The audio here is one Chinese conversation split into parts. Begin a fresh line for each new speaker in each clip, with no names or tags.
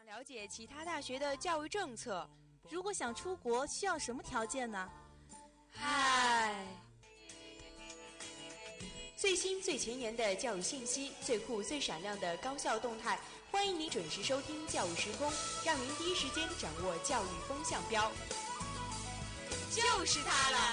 了解其他大学的教育政策。
如果想出国，需要什么条件呢？
最新最前沿的教育信息，最酷最闪亮的高校动态，欢迎您准时收听教育时空，让您第一时间掌握教育风向标。就是它了。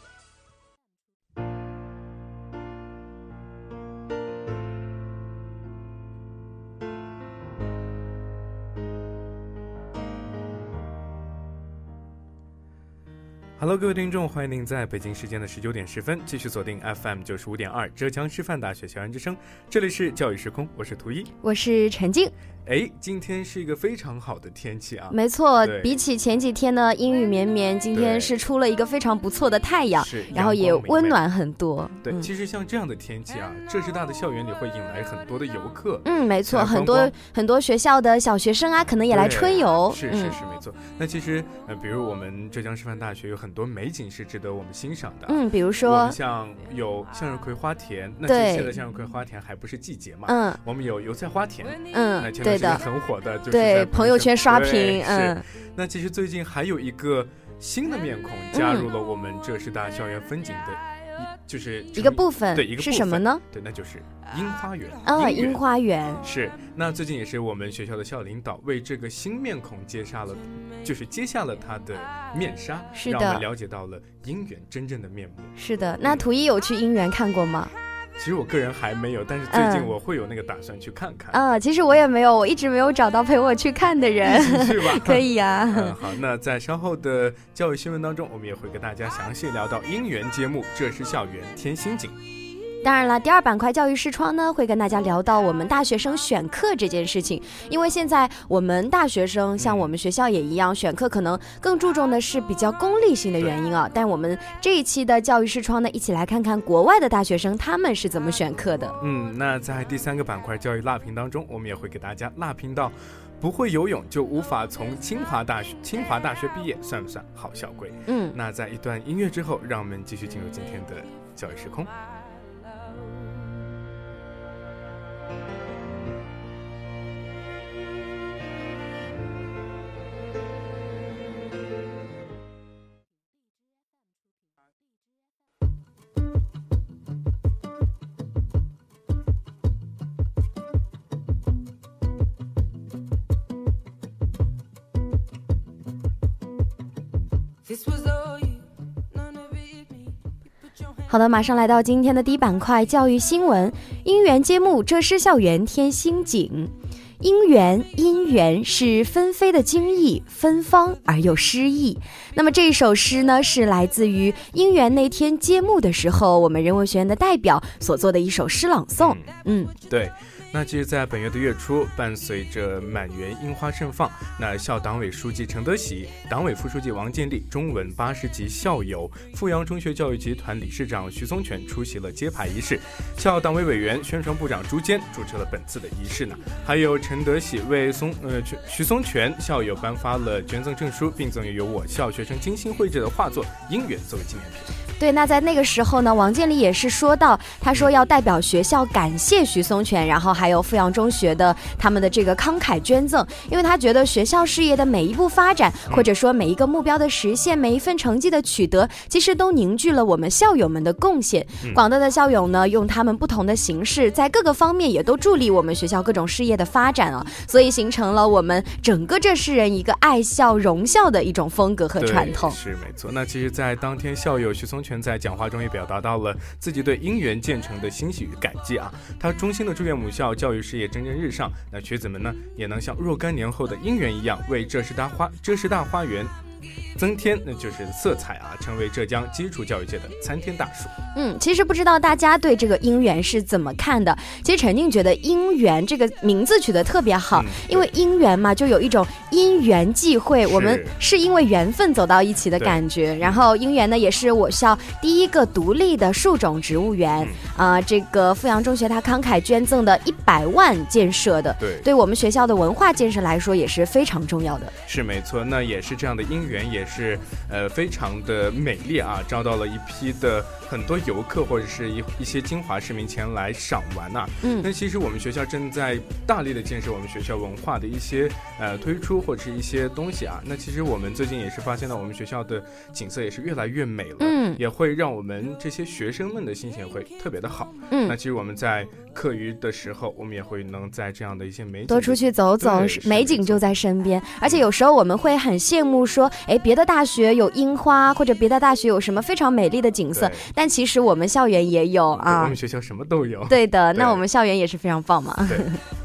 Hello， 各位听众，欢迎您在北京时间的19点10分继续锁定 FM 95.2浙江师范大学校园之声，这里是教育时空，我是图一，
我是陈静。
今天是一个非常好的天气啊！
没错，比起前几天呢阴雨绵绵，今天是出了一个非常不错的太阳，然后也温暖很多。
对，其实像这样的天气啊，浙师大的校园里会引来很多的游客。
没错，很多学校的小学生啊，可能也来春游。
是，没错。那其实比如我们浙江师范大学有很多美景是值得我们欣赏的。
比如说
我们像有向日葵花田，那这些的向日葵花田还不是季节嘛？我们有油菜花田。那前段时间很火的，就是
对朋友圈刷屏。
那其实最近还有一个新的面孔加入了我们浙师大校园风景的。就是
一个部分，
对，一个部分
是什么呢？
对，那就是樱花园
樱花园
是。那最近也是我们学校的校领导为这个新面孔揭下了他的面纱，
是的，
让我们了解到了樱园真正的面目。
是的，那图一有去樱园看过吗？
其实我个人还没有，但是最近我会有那个打算去看看。
其实我也没有，我一直没有找到陪我去看的人。
一起去吧。
可以呀。
好，那在稍后的教育新闻当中，我们也会给大家详细聊到樱园揭幕，浙师校园添新景。
当然了，第二板块教育视窗呢，会跟大家聊到我们大学生选课这件事情。因为现在我们大学生像我们学校也一样，选课可能更注重的是比较功利性的原因啊。但我们这一期的教育视窗呢，一起来看看国外的大学生他们是怎么选课的。
那在第三个板块教育辣评当中，我们也会给大家辣评到不会游泳就无法从清华大学毕业，算不算好校规？那在一段音乐之后，让我们继续进入今天的教育时空。
好的，马上来到今天的第一板块教育新闻。樱园揭幕，浙师校园添新景。姻缘是纷飞的经意，芬芳而又诗意。那么这一首诗呢，是来自于樱园那天揭幕的时候，我们人文学院的代表所做的一首诗朗诵。
对。那其实在本月的月初，伴随着满园樱花盛放，那校党委书记陈德喜、党委副书记王建立、中文80级校友、阜阳中学教育集团理事长徐松全出席了揭牌仪式。校党委委员、宣传部长朱坚主持了本次的仪式呢。还有陈德喜为徐松全校友颁发了捐赠证书，并赠予由我校学生精心绘制的画作《樱园》作为纪念品。
对，那在那个时候呢，王建立也是说到，他说要代表学校感谢徐松全，然后还有阜阳中学的他们的这个慷慨捐赠，因为他觉得学校事业的每一步发展，或者说每一个目标的实现，每一份成绩的取得，其实都凝聚了我们校友们的贡献。广大的校友呢，用他们不同的形式，在各个方面也都助力我们学校各种事业的发展啊，所以形成了我们整个浙师人一个爱校荣校的一种风格和传统。
是没错。那其实在当天，校友徐松全在讲话中也表达到了自己对樱园建成的欣喜与感激啊！他衷心的祝愿母校教育事业蒸蒸日上，那学子们呢也能像若干年后的樱园一样，为浙师大花园增添那就是色彩啊，成为浙江基础教育界的参天大树。
其实不知道大家对这个樱园是怎么看的？其实陈静觉得樱园这个名字取得特别好，因为樱园嘛，就有一种因缘际会，我们是因为缘分走到一起的感觉。然后樱园呢，也是我校第一个独立的树种植物园这个阜阳中学它慷慨捐赠的100万建设的，对我们学校的文化建设来说也是非常重要的。
是没错，那也是这样的樱园，也是非常的美丽啊，招到了一批的很多游客或者是一些金华市民前来赏玩啊。那其实我们学校正在大力的建设我们学校文化的一些推出或者是一些东西啊。那其实我们最近也是发现到我们学校的景色也是越来越美了，也会让我们这些学生们的心情会特别的好。那其实我们在课余的时候，我们也会能在这样的一些美景
多出去走走，美景就在身边。而且有时候我们会很羡慕说，别的大学有樱花，或者别的大学有什么非常美丽的景色，但其实我们校园也有啊。
我们学校什么都有。
对的，那我们校园也是非常棒嘛。
对。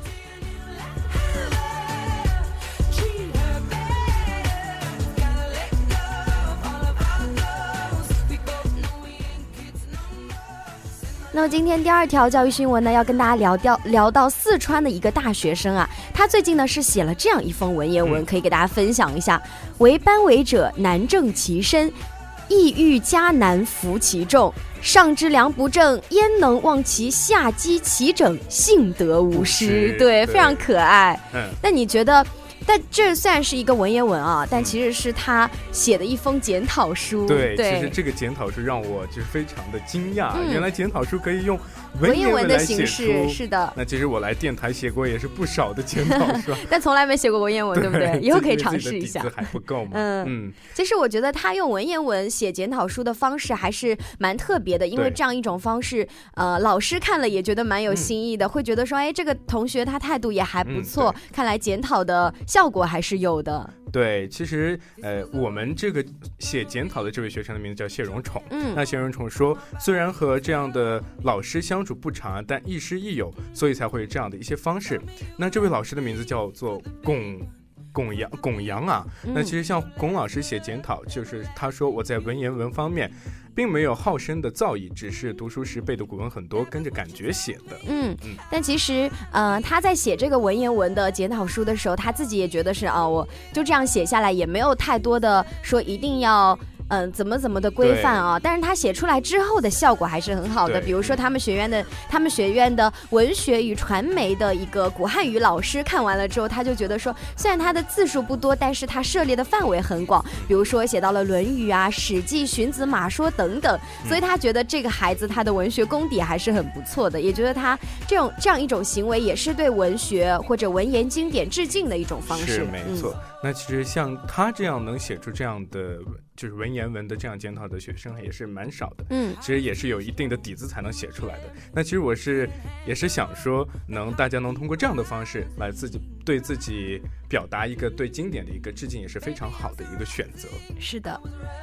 那么今天第2条教育新闻呢，要跟大家聊到四川的一个大学生啊，他最近呢是写了这样一封文言文，可以给大家分享一下。为班为者，难正其身，意欲加难服其众，上之良不正，焉能忘其下机其整，性德无失。对，非常可爱。那你觉得？但这虽然是一个文言文啊，但其实是他写的一封检讨书。
对，其实这个检讨书让我就是非常的惊讶，原来检讨书可以用文言文
的形式。是的。
那其实我来电台写过也是不少的检讨书，
但从来没写过文言文，对不对？以后可以尝试一下。
底子还不够吗？
其实我觉得他用文言文写检讨书的方式还是蛮特别的，因为这样一种方式，老师看了也觉得蛮有新意的，会觉得说，这个同学他态度也还不错，看来检讨的效果还是有的。
对，其实我们这个写检讨的这位学生的名字叫谢荣宠。那谢荣宠说，虽然和这样的老师相处不长，但亦师亦友，所以才会有这样的一些方式。那这位老师的名字叫做龚阳啊。那其实像龚老师写检讨，就是他说我在文言文方面并没有好生的造诣，只是读书时背的古文很多，跟着感觉写的。
但其实他在写这个文言文的检讨书的时候，他自己也觉得是我就这样写下来，也没有太多的说一定要怎么的规范啊，但是他写出来之后的效果还是很好的。比如说他们学院的文学与传媒的一个古汉语老师看完了之后，他就觉得说，虽然他的字数不多，但是他涉猎的范围很广，比如说写到了《论语》啊、《史记》、《荀子》、《马说》等等，所以他觉得这个孩子他的文学功底还是很不错的，也觉得他这样一种行为也是对文学或者文言经典致敬的一种方式。
是没错。那其实像他这样能写出这样的就是文言文的这样检讨的学生也是蛮少的。其实也是有一定的底子才能写出来的。那其实我也是想说，大家能通过这样的方式来对自己表达一个对经典的一个致敬，也是非常好的一个选择。
是的。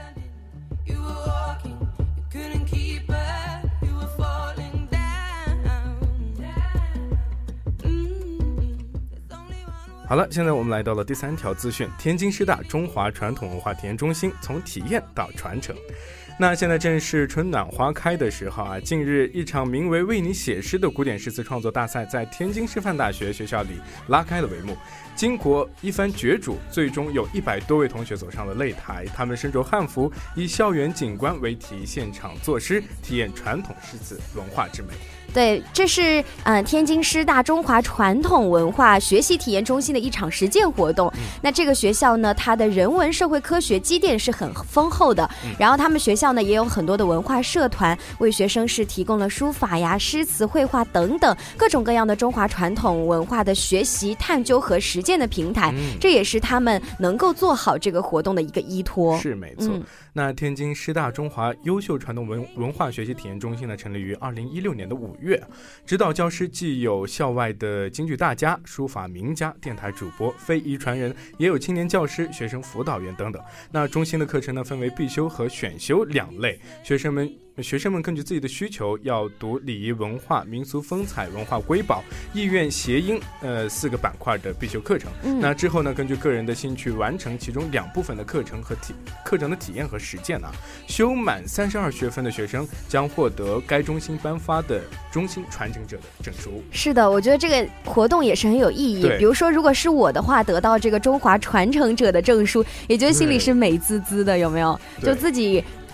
好了，现在我们来到了第3条资讯，天津师大中华传统文化体验中心从体验到传承。那现在正是春暖花开的时候啊！近日，一场名为“为你写诗”的古典诗词创作大赛在天津师范大学学校里拉开了帷幕。经过一番角逐，最终有100多位同学走上了擂台。他们身着汉服，以校园景观为题，现场作诗，体验传统诗词文化之美。
对，这是天津师大中华传统文化学习体验中心的一场实践活动。那这个学校呢，它的人文社会科学积淀是很丰厚的。然后他们学校呢也有很多的文化社团，为学生是提供了书法呀、诗词、绘画等等各种各样的中华传统文化的学习、探究和实践的平台。这也是他们能够做好这个活动的一个依托。
是没错。那天津师大中华优秀传统文化学习体验中心呢，成立于2016年的5月，指导教师既有校外的京剧大家、书法名家、电台主播、非遗传人，也有青年教师、学生辅导员等等。那中心的课程呢，分为必修和选修2类，学生们根据自己的需求要读礼仪文化、民俗风采、文化瑰宝、意愿谐音4个板块的必修课程。那之后呢，根据个人的兴趣完成其中2部分的课程的体验和实践啊。修满32学分的学生将获得该中心颁发的中心传承者的证书。
是的，我觉得这个活动也是很有意义。比如说，如果是我的话，得到这个中华传承者的证书，也觉得心里是美滋滋的，有没有？就自己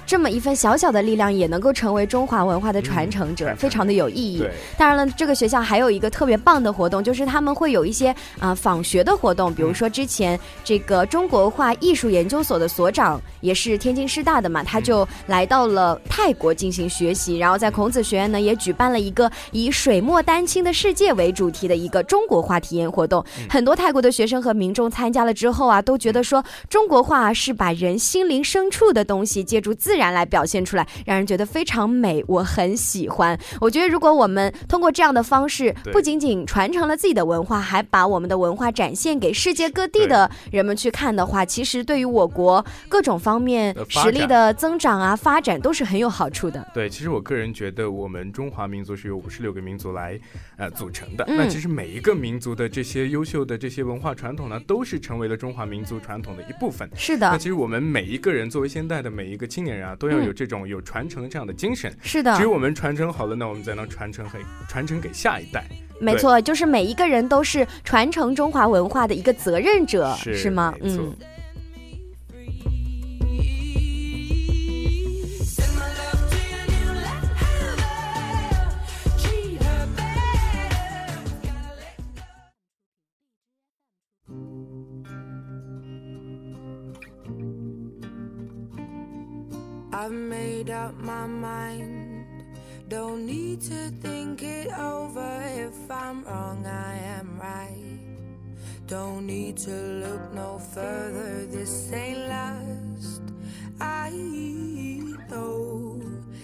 这么一份小小的力量也能够成为中华文化的传承者，非常的有意义。
对，
当然了，这个学校还有一个特别棒的活动，就是他们会有一些访学的活动，比如说之前这个中国画艺术研究所的所长也是天津师大的嘛，他就来到了泰国进行学习，然后在孔子学院呢也举办了一个以水墨丹青的世界为主题的一个中国画体验活动。很多泰国的学生和民众参加了之后啊，都觉得说中国画是把人心灵深处的东西借助自然来表现出来，让人觉得非常美，我很喜欢。我觉得如果我们通过这样的方式，不仅仅传承了自己的文化，还把我们的文化展现给世界各地的人们去看的话，其实对于我国各种方面实力的增长啊、发展都是很有好处的。
对，其实我个人觉得我们中华民族是由56个民族来组成的。那其实每一个民族的这些优秀的这些文化传统呢，都是成为了中华民族传统的一部分。
是的。
那其实我们每一个人作为现代的每一个青年人啊，都要有这种有传承这样的精神。
是的。
只有我们传承好了，那我们才能传承给下一代。
没错，就是每一个人都是传承中华文化的一个责任者，是吗？
I've made up my mind, don't need to think it over. If I'm wrong, I am right. Don't need to look no further, this ain't last. I know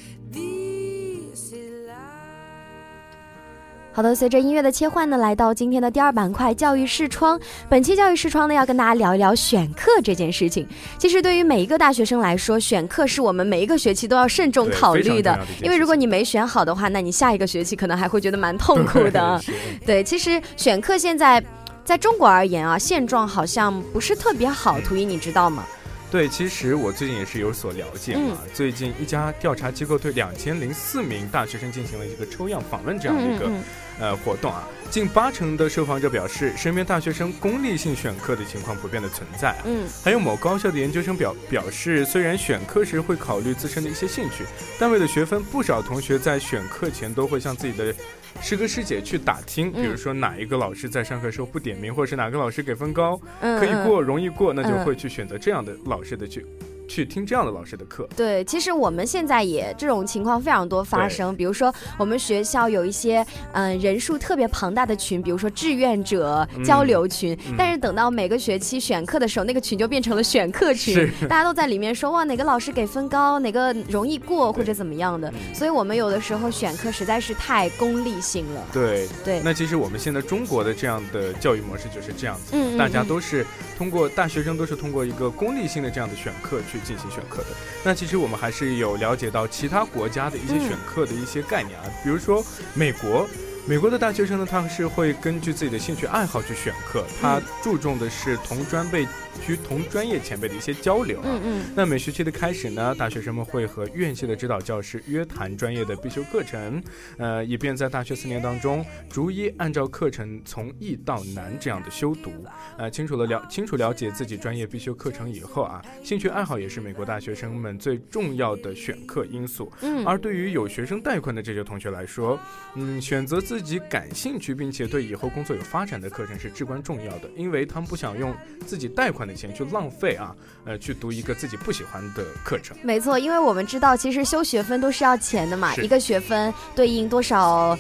this is life.
好的，随着音乐的切换呢，来到今天的第二板块教育视窗。本期教育视窗呢，要跟大家聊一聊选课这件事情。其实对于每一个大学生来说，选课是我们每一个学期都要慎重考虑的，因为如果你没选好的话，那你下一个学期可能还会觉得蛮痛苦的。对，其实选课现在在中国而言啊，现状好像不是特别好。图一，你知道吗？
对，其实我最近也是有所了解嘛。最近一家调查机构对2004名大学生进行了一个抽样访问这样的一个活动啊。近80%的受访者表示，身边大学生功利性选课的情况普遍的存在啊。还有某高校的研究生表示，虽然选课时会考虑自身的一些兴趣，但为了学分，不少同学在选课前都会向自己的师哥师姐去打听，比如说哪一个老师在上课时候不点名，或者是哪个老师给分高，可以过容易过，那就会去选择这样的老师的去听这样的老师的课。
对，其实我们现在也这种情况非常多发生，比如说我们学校有一些人数特别庞大的群，比如说志愿者交流群，但是等到每个学期选课的时候，那个群就变成了选课群，大家都在里面说哇哪个老师给分高，哪个容易过或者怎么样的，所以我们有的时候选课实在是太功利性了。
对，那其实我们现在中国的这样的教育模式就是这样子，大家都是通过大学生都是通过一个功利性的这样的选课去进行选课的。那其实我们还是有了解到其他国家的一些选课的一些概念啊，比如说美国的大学生呢，他是会根据自己的兴趣爱好去选课，他注重的是同专业前辈的一些交流啊。那每学期的开始呢，大学生们会和院系的指导教师约谈专业的必修课程，以便在大学4年当中逐一按照课程从易到难这样的修读。清楚了解自己专业必修课程以后啊，兴趣爱好也是美国大学生们最重要的选课因素。而对于有学生贷款的这些同学来说，选择自己感兴趣并且对以后工作有发展的课程是至关重要的，因为他们不想用自己贷款的钱去浪费啊，去读一个自己不喜欢的课程。
没错，因为我们知道其实修学分都是要钱的嘛，一个学分对应多少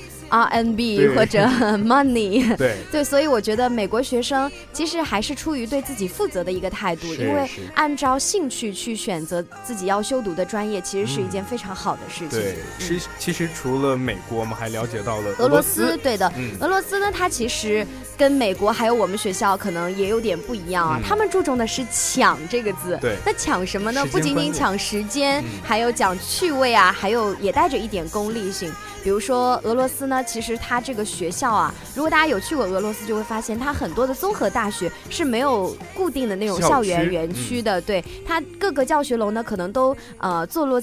RMB 或者 money。 对，所以我觉得美国学生其实还是出于对自己负责的一个态度，因为按照兴趣去选择自己要修读的专业其实是一件非常好的事情。
对，其实除了美国，我们还了解到了
俄罗斯。对的，俄罗斯呢，它其实跟美国还有我们学校可能也有点不一样啊，他们注重的是抢这个字。
对，
那抢什么呢？不仅仅抢时间，还有讲趣味啊，还有也带着一点功利性。比如说俄罗斯呢，其实它这个学校啊，如果大家有去过俄罗斯，就会发现它很多的综合大学是没有固定的那种校园园区的。对，它各个教学楼呢，可能都坐落在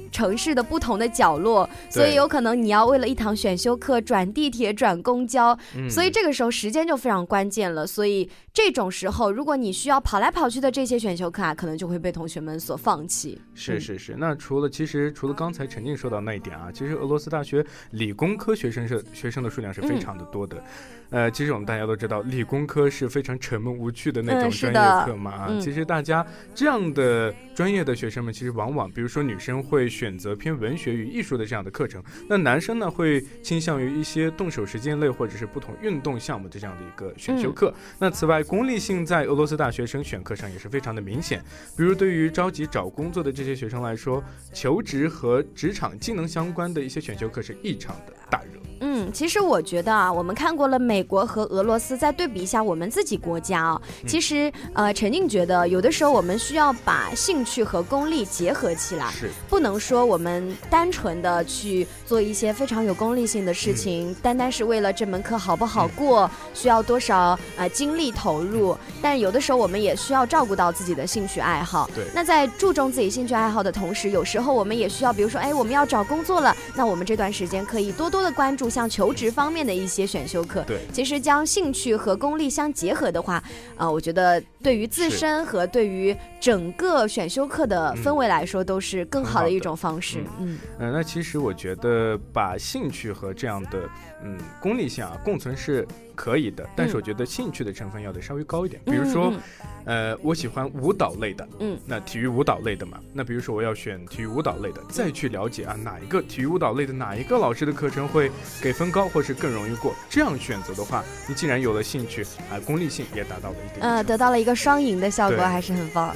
城市的不同的角落，所以有可能你要为了一堂选修课转地铁转公交，所以这个时候时间就非常关键了。所以这种时候如果你需要跑来跑去的这些选修课啊，可能就会被同学们所放弃。
是。那除了刚才陈静说到那一点啊，其实俄罗斯大学理工科学生的数量是非常的多的。其实我们大家都知道，理工科是非常沉闷无趣的那种专业课嘛。其实大家这样的专业的学生们，其实往往比如说女生会选择偏文学与艺术的这样的课程，那男生呢会倾向于一些动手实践类或者是不同运动项目的这样的一个选修课。那此外，功利性在俄罗斯大学生选课上也是非常的明显。比如对于着急找工作的这些学生来说，求职和职场技能相关的一些选修课是异常的大热。
其实我觉得啊，我们看过了美国和俄罗斯，再对比一下我们自己国家啊，其实陈静觉得有的时候我们需要把兴趣和功利结合起来，不能说我们单纯的去做一些非常有功利性的事情，单单是为了这门课好不好过，需要多少精力投入，但有的时候我们也需要照顾到自己的兴趣爱好。
对，
那在注重自己兴趣爱好的同时，有时候我们也需要，比如说我们要找工作了，那我们这段时间可以多多的关注像求职方面的一些选修课。
对，
其实将兴趣和功利相结合的话，我觉得对于自身和对于整个选修课的氛围来说，都是更好的一种方式。
那其实我觉得把兴趣和这样的功利性共存是可以的，但是我觉得兴趣的成分要得稍微高一点。比如说我喜欢舞蹈类的，那体育舞蹈类的嘛，那比如说我要选体育舞蹈类的，再去了解哪一个体育舞蹈类的哪一个老师的课程会给分高或是更容易过，这样选择的话，你既然有了兴趣功利性也达到了一定
得到了一个双赢的效果，还是很棒。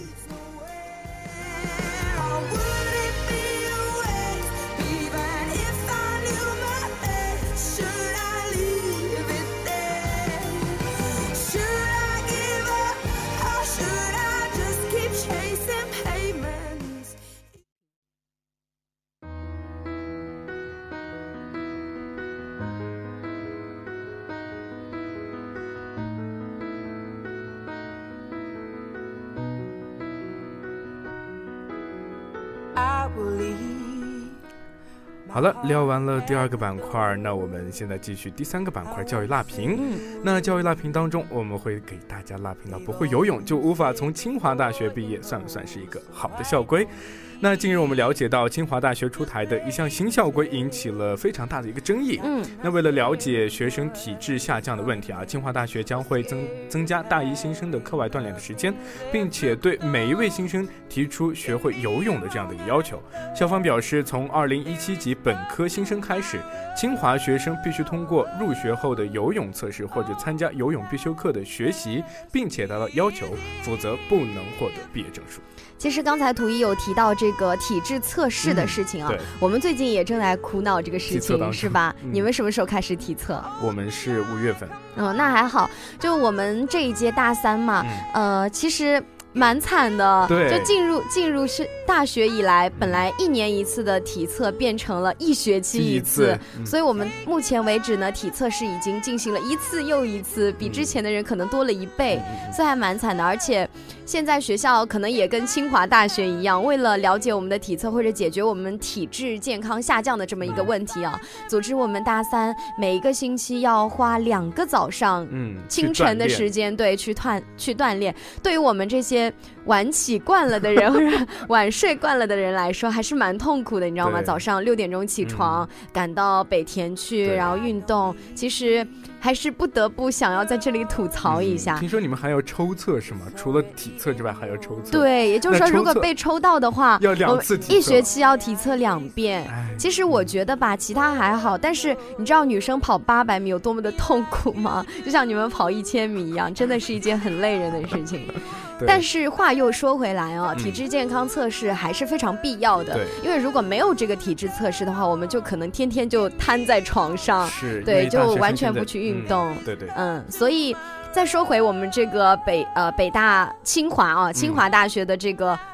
好了，聊完了第二个板块，那我们现在继续第三个板块，教育辣评。那教育辣评当中，我们会给大家辣评到不会游泳就无法从清华大学毕业，算不算是一个好的校规？那近日我们了解到，清华大学出台的一项新校规引起了非常大的一个争议。那为了了解学生体质下降的问题清华大学将会增加大一新生的课外锻炼的时间，并且对每一位新生提出学会游泳的这样的一个要求。校方表示，从2017级本科新生开始，清华学生必须通过入学后的游泳测试或者参加游泳必修课的学习，并且达到要求，否则不能获得毕业证书。
其实刚才图一有提到这个体质测试的事情我们最近也正在苦恼这个事情，是吧？你们什么时候开始体测？
我们是5月份。
那还好，就我们这一届大3嘛，其实蛮惨的，就进入是大学以来，本来1年1次的体测变成了1学期1次，所以我们目前为止呢，体测是已经进行了1次又1次，比之前的人可能多了1倍，所以还蛮惨的。而且现在学校可能也跟清华大学一样，为了了解我们的体测或者解决我们体质健康下降的这么一个问题组织我们大3每一个星期要花2个早上清晨的时间去锻炼。对于我们这些晚起惯了的人或者晚睡惯了的人来说，还是蛮痛苦的，你知道吗？早上6点钟起床，赶到北田去，然后运动，其实还是不得不想要在这里吐槽一下。
听说你们还要抽测是吗？除了体测之外还要抽测？
对，也就是说如果被抽到的话，
要2次体测
，1学期要体测2遍。其实我觉得吧，其他还好，但是你知道女生跑800米有多么的痛苦吗？就像你们跑1000米一样，真的是一件很累人的事情。但是话又说回来体质健康测试还是非常必要的，因为如果没有这个体质测试的话，我们就可能天天就瘫在床上，对，就完全不去运动。所以再说回我们这个北大清华清华大学的这个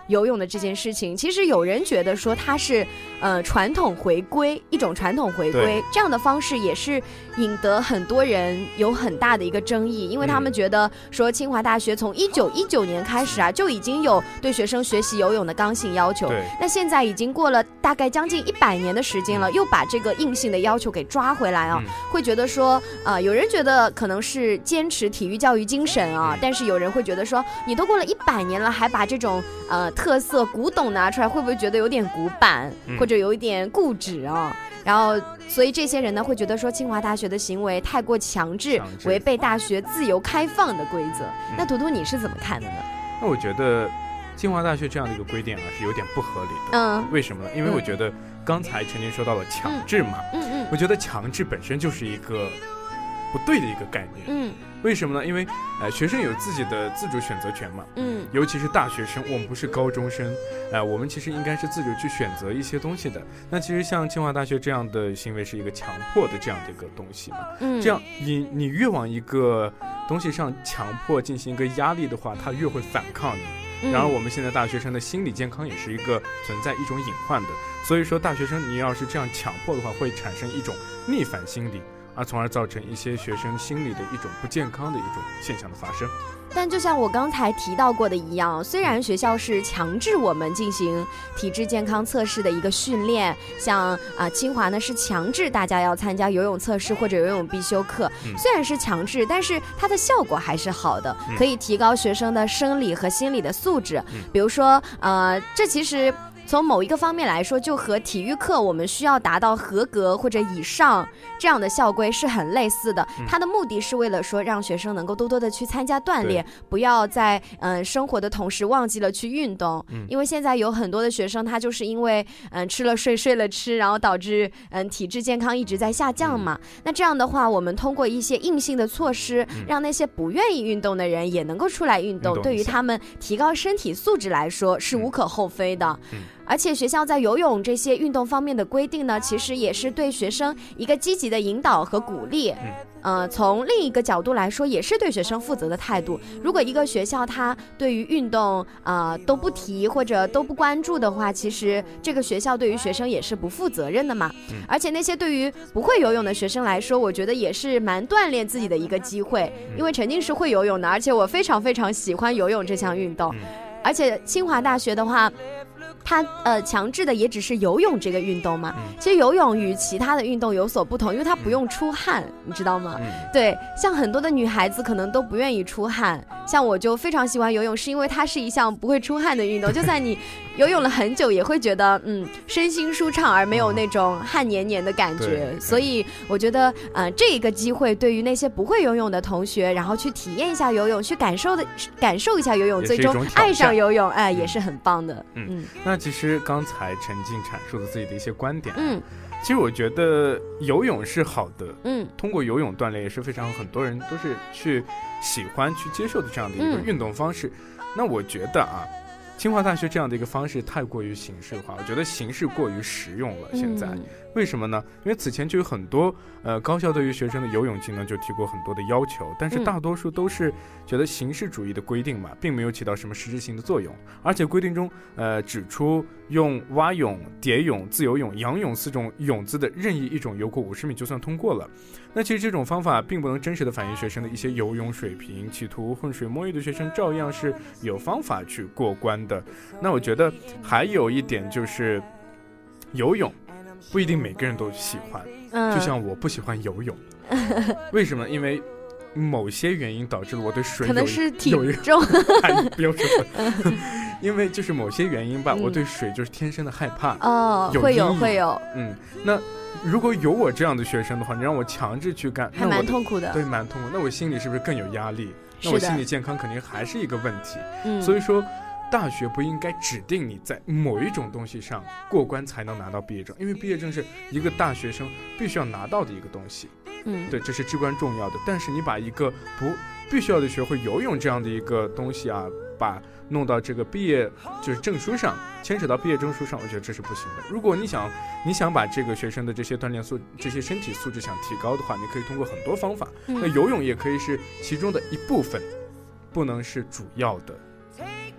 游泳的这件事情，其实有人觉得说它是传统回归，一种传统回归，这样的方式也是引得很多人有很大的一个争议，因为他们觉得说清华大学从1919年开始啊，就已经有对学生学习游泳的刚性要求，那现在已经过了大概将近100年的时间了，又把这个硬性的要求给抓回来啊，会觉得说有人觉得可能是坚持体育教育精神啊，但是有人会觉得说你都过了100年了，还把这种特色古董拿出来，会不会觉得有点古板，或者有一点固执啊？然后所以这些人呢会觉得说清华大学的行为太过强制，违背大学自由开放的规则。那图图你是怎么看的呢？
那我觉得清华大学这样的一个规定啊是有点不合理的。为什么呢？因为我觉得刚才陈静说到了强制嘛，我觉得强制本身就是一个不对的一个概念。为什么呢？因为学生有自己的自主选择权嘛，尤其是大学生，我们不是高中生，我们其实应该是自主去选择一些东西的。那其实像清华大学这样的行为是一个强迫的这样的一个东西嘛，这样你越往一个东西上强迫进行一个压力的话，它越会反抗你。然而我们现在大学生的心理健康也是一个存在一种隐患的，所以说大学生你要是这样强迫的话，会产生一种逆反心理，而从而造成一些学生心理的一种不健康的一种现象的发生。
但就像我刚才提到过的一样，虽然学校是强制我们进行体质健康测试的一个训练，像清华呢是强制大家要参加游泳测试或者游泳必修课，虽然是强制，但是它的效果还是好的，可以提高学生的生理和心理的素质。比如说这其实从某一个方面来说，就和体育课我们需要达到合格或者以上这样的校规是很类似的。它的目的是为了说让学生能够多多的去参加锻炼，不要在生活的同时忘记了去运动。因为现在有很多的学生他就是因为吃了睡睡了吃，然后导致体质健康一直在下降嘛。那这样的话，我们通过一些硬性的措施，让那些不愿意运动的人也能够出来运动，对于他们提高身体素质来说是无可厚非的。而且学校在游泳这些运动方面的规定呢，其实也是对学生一个积极的引导和鼓励。从另一个角度来说，也是对学生负责的态度。如果一个学校它对于运动都不提或者都不关注的话，其实这个学校对于学生也是不负责任的嘛。而且那些对于不会游泳的学生来说，我觉得也是蛮锻炼自己的一个机会。因为陈静是会游泳的，而且我非常非常喜欢游泳这项运动。而且清华大学的话，它强制的也只是游泳这个运动嘛。其实游泳与其他的运动有所不同，因为它不用出汗，你知道吗？对，像很多的女孩子可能都不愿意出汗，像我就非常喜欢游泳，是因为它是一项不会出汗的运动，就算你游泳了很久也会觉得身心舒畅，而没有那种汗黏黏的感觉。所以我觉得这一个机会对于那些不会游泳的同学，然后去体验一下游泳，去感受一下游泳，最终爱上游泳，也是很棒的。
那其实刚才陈静阐述了自己的一些观点，其实我觉得游泳是好的，通过游泳锻炼也是非常很多人都是去喜欢去接受的这样的一个运动方式。那我觉得清华大学这样的一个方式太过于形式化，我觉得形式过于实用了。现在为什么呢？因为此前就有很多高校对于学生的游泳技能就提过很多的要求，但是大多数都是觉得形式主义的规定嘛，并没有起到什么实质性的作用。而且规定中指出用蛙泳、蝶泳、自由泳、仰泳4种泳姿的任意一种游过50米就算通过了。那其实这种方法并不能真实的反映学生的一些游泳水平，企图浑水摸鱼的学生照样是有方法去过关的。那我觉得还有一点就是游泳不一定每个人都喜欢，就像我不喜欢游泳。为什么？因为某些原因导致了我对水
可能是体重
不要说因为就是某些原因吧，我对水就是天生的害怕。
会有
那如果有我这样的学生的话，你让我强制去干，
还蛮痛苦的。
对，蛮痛苦。那我心里是不是更有压力？那我心理健康肯定还是一个问题。所以说大学不应该指定你在某一种东西上过关才能拿到毕业证，因为毕业证是一个大学生必须要拿到的一个东西。对，这是至关重要的。但是你把一个不必须要的学会游泳这样的一个东西把弄到这个毕业就是证书上，牵扯到毕业证书上，我觉得这是不行的。如果你想把这个学生的这些锻炼这些身体素质想提高的话，你可以通过很多方法。那游泳也可以是其中的一部分，不能是主要的。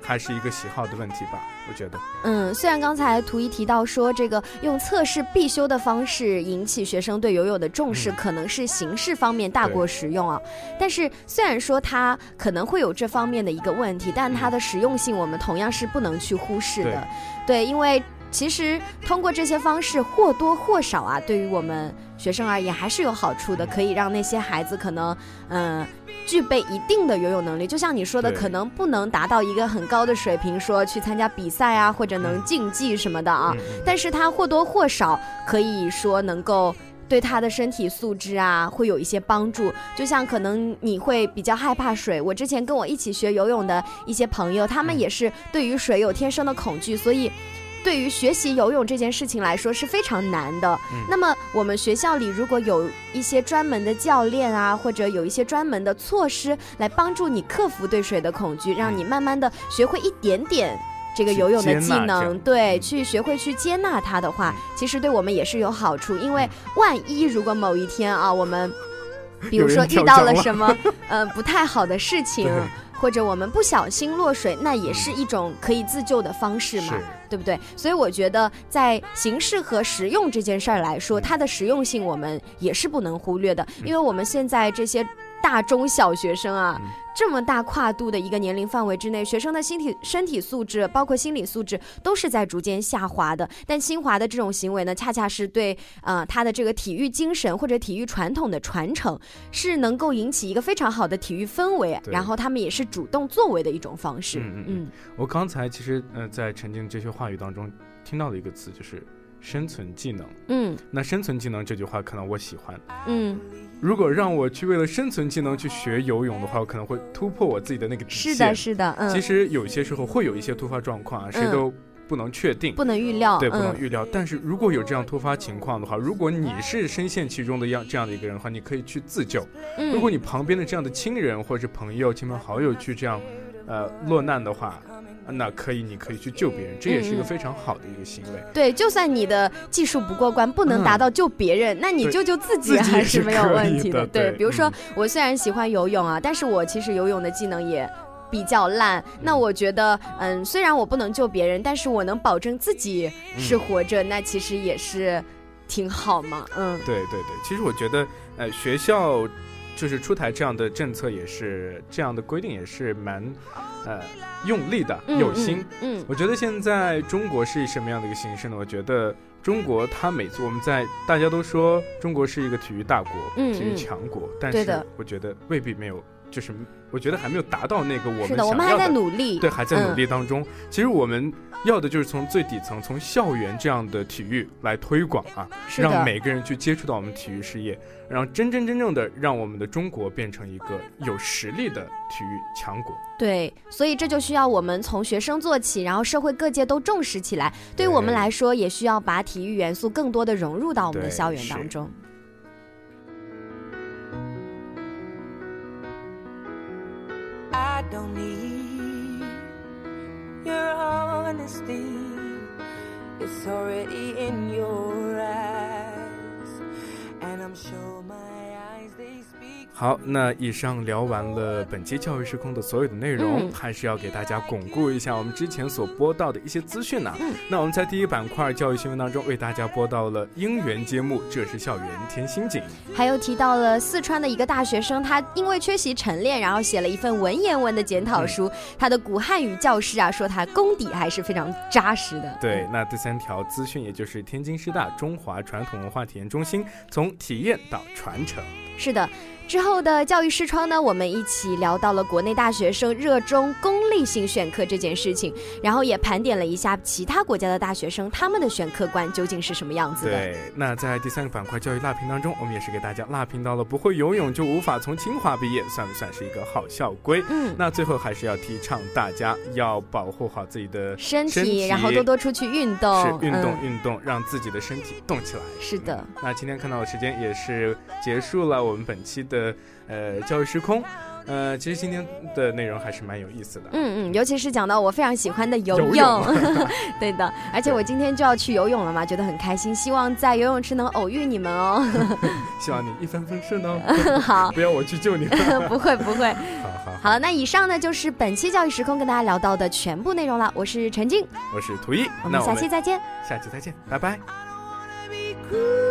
还是一个喜好的问题吧，我觉得。
虽然刚才图一提到说这个用测试必修的方式引起学生对游泳的重视，可能是形式方面大过实用啊。但是虽然说它可能会有这方面的一个问题，但它的实用性我们同样是不能去忽视的。对，因为其实通过这些方式或多或少啊，对于我们学生而言还是有好处的，可以让那些孩子可能具备一定的游泳能力，就像你说的，可能不能达到一个很高的水平，说去参加比赛啊，或者能竞技什么的啊，但是他或多或少可以说能够对他的身体素质啊会有一些帮助。就像可能你会比较害怕水，我之前跟我一起学游泳的一些朋友，他们也是对于水有天生的恐惧，所以对于学习游泳这件事情来说是非常难的。那么我们学校里如果有一些专门的教练啊，或者有一些专门的措施来帮助你克服对水的恐惧，让你慢慢的学会一点点这个游泳的技能，对，去学会去接纳它的话，其实对我们也是有好处。因为万一如果某一天啊，我们比如说遇到了什么不太好的事情，或者我们不小心落水，那也是一种可以自救的方式嘛，对不对？所以我觉得在形式和实用这件事儿来说，它的实用性我们也是不能忽略的。因为我们现在这些大中小学生啊，这么大跨度的一个年龄范围之内，学生的身体素质包括心理素质都是在逐渐下滑的。但清华的这种行为呢，恰恰是对他的这个体育精神或者体育传统的传承，是能够引起一个非常好的体育氛围，然后他们也是主动作为的一种方式。
我刚才其实在陈静这些话语当中听到的一个词就是生存技能。那生存技能这句话可能我喜欢。如果让我去为了生存技能去学游泳的话，我可能会突破我自己的那个底线。
是的。
其实有些时候会有一些突发状况啊，谁都不能确定，
不能预料。
对，不能预料。但是如果有这样突发情况的话，如果你是深陷其中的这样的一个人的话，你可以去自救。如果你旁边的这样的亲人或者朋友、亲朋好友去这样落难的话，那你可以去救别人，这也是一个非常好的一个行为。
对，就算你的技术不过关，不能达到救别人，那你救自己还是没有问题的。对，比如说我虽然喜欢游泳啊，但是我其实游泳的技能也比较烂。那我觉得虽然我不能救别人，但是我能保证自己是活着，那其实也是挺好嘛。
对，其实我觉得学校就是出台这样的政策，也是这样的规定，也是蛮用力的，有心。我觉得现在中国是什么样的一个形式呢？我觉得中国它每次大家都说中国是一个体育大国，体育强国，但是我觉得未必没有，就是我觉得还没有达到那个我们想要的。
我们还在努力。
对，还在努力当中。其实我们要的就是从最底层，从校园这样的体育来推广啊，让每个人去接触到我们体育事业，让真正的让我们的中国变成一个有实力的体育强国。
对，所以这就需要我们从学生做起，然后社会各界都重视起来。对于我们来说，也需要把体育元素更多的融入到我们的校园当中。
I don't need your honesty, it's already in your eyes, and I'm sure my eyes they speak.
好，那以上聊完了本期教育时空的所有的内容，还是要给大家巩固一下我们之前所播到的一些资讯呢。那我们在第一板块教育新闻当中为大家播到了因缘节目，这是校园添新景，
还有提到了四川的一个大学生，他因为缺席晨练，然后写了一份文言文的检讨书。他的古汉语教师啊说他功底还是非常扎实的。
对，那第三条资讯也就是天津师大中华传统文化体验中心从体验到传承。
是的，之后的教育视窗呢，我们一起聊到了国内大学生热衷功利性选课这件事情，然后也盘点了一下其他国家的大学生他们的选课观究竟是什么样子的。
对，那在第三个板块教育辣评当中，我们也是给大家辣评到了不会游泳就无法从清华毕业，算不算是一个好校规？那最后还是要提倡大家要保护好自己的身体，
然后多多出去运动，
是运动，让自己的身体动起来。
是的，
那今天看到的时间也是结束了我们本期的教育时空。 其实今天的内容还是蛮有意思的。
尤其是讲到我非常喜欢的游泳。对的，而且我今天就要去游泳了嘛，觉得很开心，希望在游泳池能偶遇你们哦。
希望你一帆风顺哦。
好，
不要我去救你。
不会。
好
了，那以上呢就是本期教育时空跟大家聊到的全部内容了。我是陈静，
我是图一，
我们下期再见。
下期再见，拜拜。
cool.